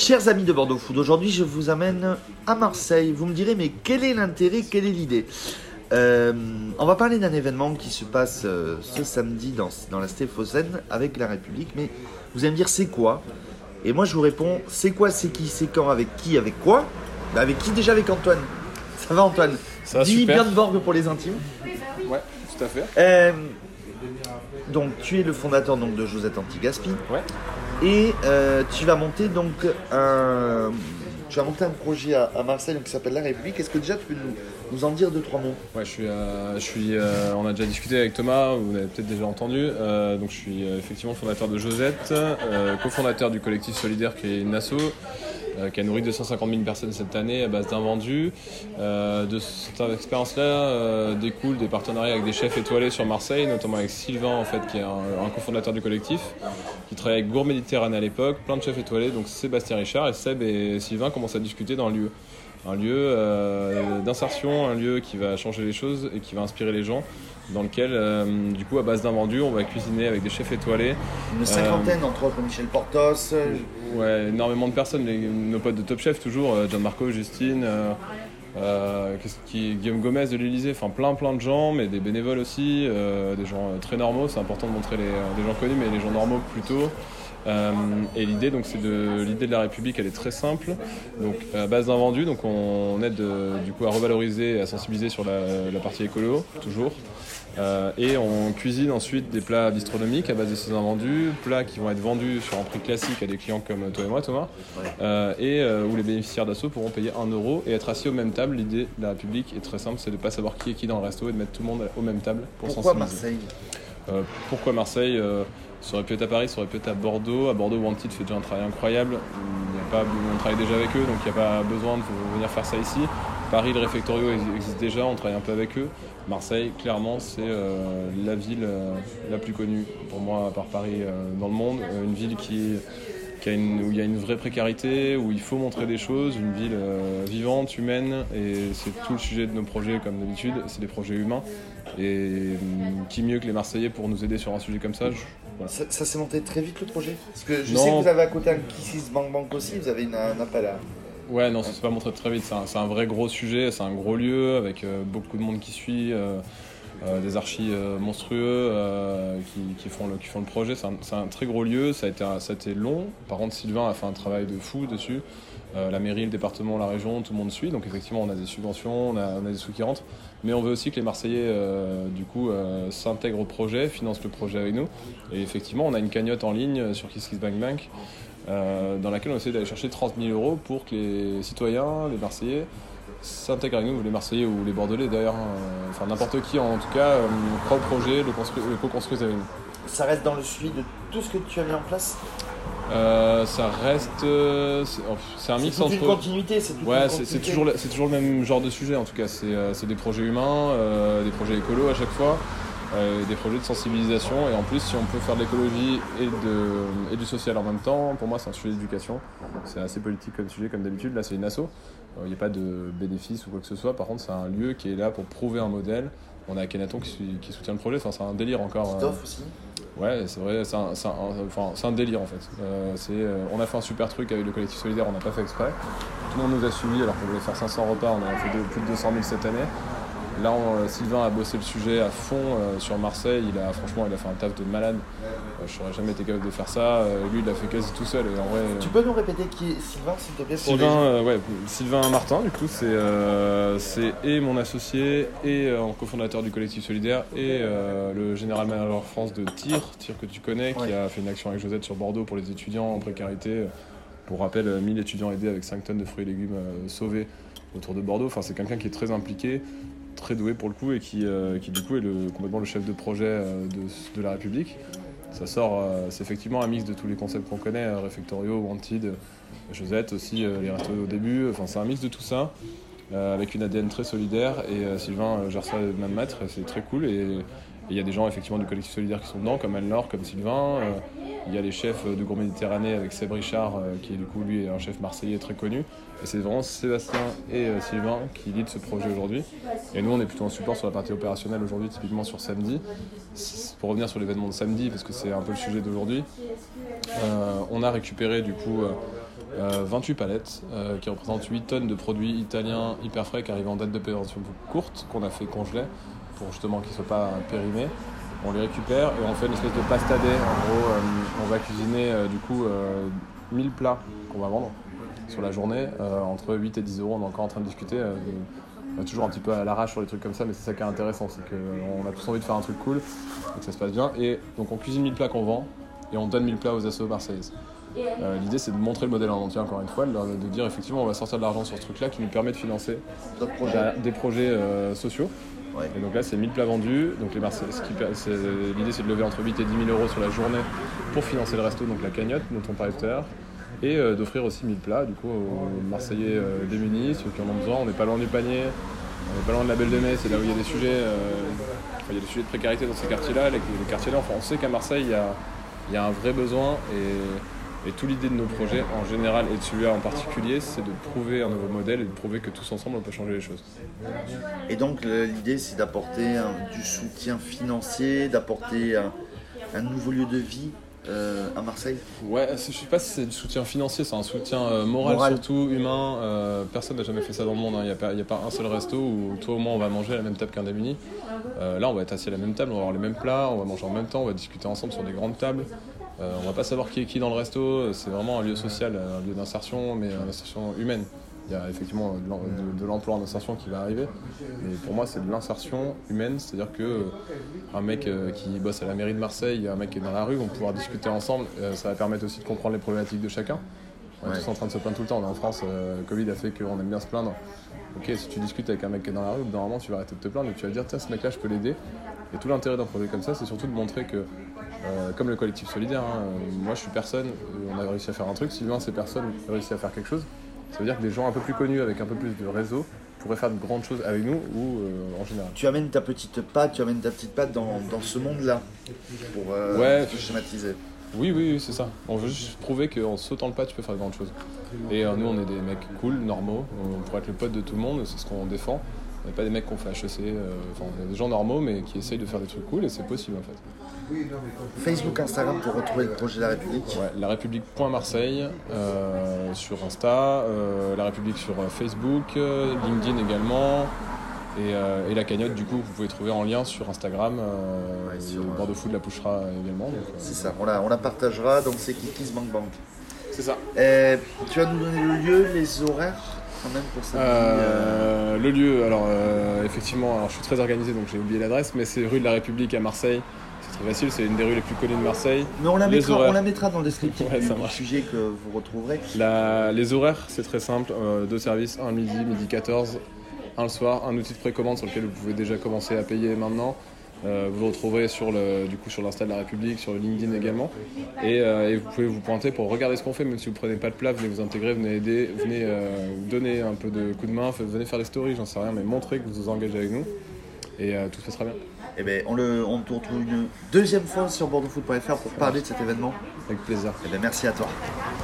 Chers amis de Bordeaux Food, aujourd'hui je vous amène à Marseille. Vous me direz, mais quel est l'intérêt, quelle est l'idée? On va parler d'un événement qui se passe ce samedi dans la Stéphosène avec la République. Mais vous allez me dire, c'est quoi? Et moi je vous réponds, c'est quoi, c'est qui, c'est quand, avec qui, avec quoi? Avec qui déjà? Avec Antoine. Ça va Antoine? Ça va, Dis super. bien de Borg pour les intimes. Ouais, tout à fait. Donc tu es le fondateur donc, de Josette Anti-Gaspi. Ouais. Et tu vas monter donc un projet à Marseille donc, qui s'appelle La République. Est-ce que déjà tu peux nous en dire 2-3 mots? Ouais, on a déjà discuté avec Thomas, vous l'avez peut-être déjà entendu. Donc je suis effectivement fondateur de Josette, cofondateur du collectif solidaire qui est une asso, qui a nourri 250 000 personnes cette année à base d'invendus. De cette expérience-là découlent des partenariats avec des chefs étoilés sur Marseille, notamment avec Sylvain en fait, qui est un cofondateur du collectif, qui travaille avec Gourmet Méditerranée à l'époque, plein de chefs étoilés, donc Sébastien Richard, et Seb et Sylvain commencent à discuter dans le lieu. Un lieu d'insertion, un lieu qui va changer les choses et qui va inspirer les gens, dans lequel, du coup, à base d'invendus, on va cuisiner avec des chefs étoilés. Une cinquantaine, entre autres, Michel Portos. Ouais, énormément de personnes, nos potes de Top Chef toujours, Gianmarco, Justine, Guillaume Gomez de l'Elysée, enfin plein de gens, mais des bénévoles aussi, des gens très normaux. C'est important de montrer des gens connus, mais les gens normaux plutôt. Et l'idée de la République, elle est très simple. Donc à base d'invendus, donc on aide du coup à revaloriser et à sensibiliser sur la partie écolo toujours. Et on cuisine ensuite des plats bistronomiques à base de ces invendus, plats qui vont être vendus sur un prix classique à des clients comme toi et moi, Thomas, où les bénéficiaires d'assaut pourront payer 1 € et être assis aux mêmes tables. L'idée de la République est très simple, c'est de ne pas savoir qui est qui dans le resto et de mettre tout le monde aux mêmes tables pour Pourquoi sensibiliser. Marseille? Pourquoi Marseille? Ça aurait pu être à Paris, ça aurait pu être à Bordeaux. À Bordeaux, Wanted fait déjà un travail incroyable. On travaille déjà avec eux, donc il n'y a pas besoin de venir faire ça ici. Paris, le réfectorio existe déjà, on travaille un peu avec eux. Marseille, clairement, c'est la ville la plus connue pour moi, à part Paris, dans le monde. Une ville où il y a une vraie précarité, où il faut montrer des choses, une ville vivante, humaine, et c'est tout le sujet de nos projets, comme d'habitude, c'est des projets humains. Et qui mieux que les Marseillais pour nous aider sur un sujet comme ça? Voilà. Ça s'est monté très vite le projet? Parce que je sais que vous avez à côté un Kissis Bank aussi, vous avez un appel à... Ouais, non, ça s'est pas montré très vite, c'est un vrai gros sujet, c'est un gros lieu avec beaucoup de monde qui suit, des archis monstrueux qui font le projet. C'est un très gros lieu, ça a été long. Par contre, Sylvain a fait un travail de fou dessus. La mairie, le département, la région, tout le monde suit. Donc effectivement, on a des subventions, on a des sous qui rentrent. Mais on veut aussi que les Marseillais, s'intègrent au projet, financent le projet avec nous. Et effectivement, on a une cagnotte en ligne sur KissKissBankBank dans laquelle on essaie d'aller chercher 30 000 € pour que les citoyens, les Marseillais, s'intègrent avec nous, les Marseillais ou les Bordelais d'ailleurs, enfin n'importe qui en tout cas, croit au projet, le co-construisent avec nous. Ça reste dans le suivi de tout ce que tu as mis en place? Ça reste, c'est un mix entre. C'est une continuité, c'est toujours le même genre de sujet en tout cas. C'est des projets humains, des projets écolos à chaque fois, des projets de sensibilisation. Et en plus, si on peut faire de l'écologie et du social en même temps, pour moi, c'est un sujet d'éducation. C'est assez politique comme sujet, comme d'habitude. Là, c'est une asso. Il n'y a pas de bénéfice ou quoi que ce soit. Par contre, c'est un lieu qui est là pour prouver un modèle. On a Akhenaton qui soutient le projet. Enfin, c'est un délire encore. Christophe aussi. Ouais, c'est vrai, c'est un délire en fait. On a fait un super truc avec le collectif solidaire, on n'a pas fait exprès. Tout le monde nous a suivis alors qu'on voulait faire 500 repas, on a fait plus de 200 000 cette année. Là, Sylvain a bossé le sujet à fond sur Marseille, il a fait un taf de malade. Je n'aurais jamais été capable de faire ça. Lui, il l'a fait quasi tout seul. Et en vrai, tu peux nous répéter qui est Sylvain, s'il te plaît? Sylvain Martin, du coup, c'est et mon associé et un cofondateur du collectif solidaire et le général manager France de TIR que tu connais, qui a fait une action avec Josette sur Bordeaux pour les étudiants en précarité. Pour rappel, 1000 étudiants aidés avec 5 tonnes de fruits et légumes sauvés autour de Bordeaux. Enfin, c'est quelqu'un qui est très impliqué, très doué pour le coup et qui du coup est complètement le chef de projet de la République. Ça sort, c'est effectivement un mix de tous les concepts qu'on connaît, Réfectorio, Wanted, Josette aussi, les restos au début. Enfin, c'est un mix de tout ça avec une ADN très solidaire et Sylvain gère ça de même maître, c'est très cool. Et il y a des gens effectivement du collectif solidaire qui sont dedans, comme Anne-Laure, comme Sylvain. Il y a les chefs de Gourmet Méditerranée avec Seb Richard, qui est du coup lui un chef marseillais très connu. Et c'est vraiment Sébastien et Sylvain qui lead ce projet aujourd'hui. Et nous on est plutôt en support sur la partie opérationnelle aujourd'hui, typiquement sur samedi. Pour revenir sur l'événement de samedi, parce que c'est un peu le sujet d'aujourd'hui, on a récupéré du coup 28 palettes qui représentent 8 tonnes de produits italiens hyper frais qui arrivent en date de péremption courte, qu'on a fait congeler pour justement qu'ils ne soient pas périmés. On les récupère et on fait une espèce de pasta day. En gros, on va cuisiner 1000 plats qu'on va vendre sur la journée, entre 8 et 10 euros. On est encore en train de discuter. On est toujours un petit peu à l'arrache sur les trucs comme ça, mais c'est ça qui est intéressant, c'est qu'on a tous envie de faire un truc cool et que ça se passe bien. Et donc on cuisine 1000 plats qu'on vend et on donne 1000 plats aux assos marseillaises. L'idée c'est de montrer le modèle en entier encore une fois, de dire effectivement on va sortir de l'argent sur ce truc-là qui nous permet de financer des projets sociaux. Ouais. Et donc là c'est 1000 plats vendus, donc l'idée c'est de lever entre 8 et 10 000 euros sur la journée pour financer le resto, donc la cagnotte dont on parlait tout à l'heure, et d'offrir aussi 1000 plats du coup aux Marseillais démunis, ceux qui en ont besoin. On n'est pas loin du panier, on n'est pas loin de la Belle de Mai, c'est là où il y a des sujets, il y a des sujets de précarité dans ces quartiers-là. Les quartiers-là, enfin, on sait qu'à Marseille il y a un vrai besoin et toute l'idée de nos projets en général et de celui-là en particulier, c'est de prouver un nouveau modèle et de prouver que tous ensemble on peut changer les choses. Et donc l'idée c'est d'apporter du soutien financier, d'apporter un nouveau lieu de vie à Marseille. Ouais, je sais pas si c'est du soutien financier, c'est un soutien moral surtout, humain. Personne n'a jamais fait ça dans le monde, il n'y a pas un seul resto où toi au moins on va manger à la même table qu'un démuni. Là on va être assis à la même table, on va avoir les mêmes plats, on va manger en même temps, on va discuter ensemble sur des grandes tables. On va pas savoir qui est qui dans le resto, c'est vraiment un lieu social, un lieu d'insertion, mais une insertion humaine. Il y a effectivement de l'emploi en insertion qui va arriver, mais pour moi c'est de l'insertion humaine, c'est-à-dire qu'un mec qui bosse à la mairie de Marseille et un mec qui est dans la rue vont pouvoir discuter ensemble, ça va permettre aussi de comprendre les problématiques de chacun. On est tous en train de se plaindre tout le temps, on est en France, le Covid a fait qu'on aime bien se plaindre. Ok, si tu discutes avec un mec qui est dans la rue, normalement tu vas arrêter de te plaindre et tu vas dire tiens ce mec là je peux l'aider. Et tout l'intérêt d'un projet comme ça c'est surtout de montrer que comme le collectif solidaire, moi je suis personne, on a réussi à faire un truc, Sylvain c'est personne, on a réussi à faire quelque chose. Ça veut dire que des gens un peu plus connus avec un peu plus de réseau pourraient faire de grandes choses avec nous ou en général. Tu amènes ta petite patte dans ce monde-là pour schématiser. Oui, c'est ça. On veut juste prouver qu'en sautant le pas, tu peux faire de grandes choses. Et nous, on est des mecs cool, normaux. On pourrait être le pote de tout le monde, c'est ce qu'on défend. On n'est pas des mecs qu'on fait HEC. On est des gens normaux, mais qui essayent de faire des trucs cool, et c'est possible en fait. Facebook, Instagram pour retrouver le projet La République. Ouais, La République.Marseille sur Insta, La République sur Facebook, LinkedIn également. Et la cagnotte, du coup, vous pouvez trouver en lien sur Instagram, sur Bordeaux Food la pushera également. Donc, c'est ça, on la partagera, donc c'est KikisBankBank. C'est ça. Tu vas nous donner le lieu, les horaires quand même pour ça. Le lieu, alors effectivement, alors, je suis très organisé donc j'ai oublié l'adresse, mais c'est rue de la République à Marseille. C'est très facile, c'est une des rues les plus connues de Marseille. Mais on la mettra dans le descriptif du sujet que vous retrouverez. Les horaires, c'est très simple, 2 services, un midi 14. Un le soir, un outil de précommande sur lequel vous pouvez déjà commencer à payer maintenant. Vous le retrouverez sur l'Insta de la République, sur le LinkedIn également. Et vous pouvez vous pointer pour regarder ce qu'on fait, même si vous ne prenez pas de plat, venez vous intégrer, venez aider, venez donner un peu de coup de main, venez faire des stories, j'en sais rien, mais montrez que vous vous engagez avec nous. Et tout se passera bien. Eh bien, on te retrouve une deuxième fois sur bordeauxfoot.fr pour parler de cet événement. Avec plaisir. Eh bien, merci à toi.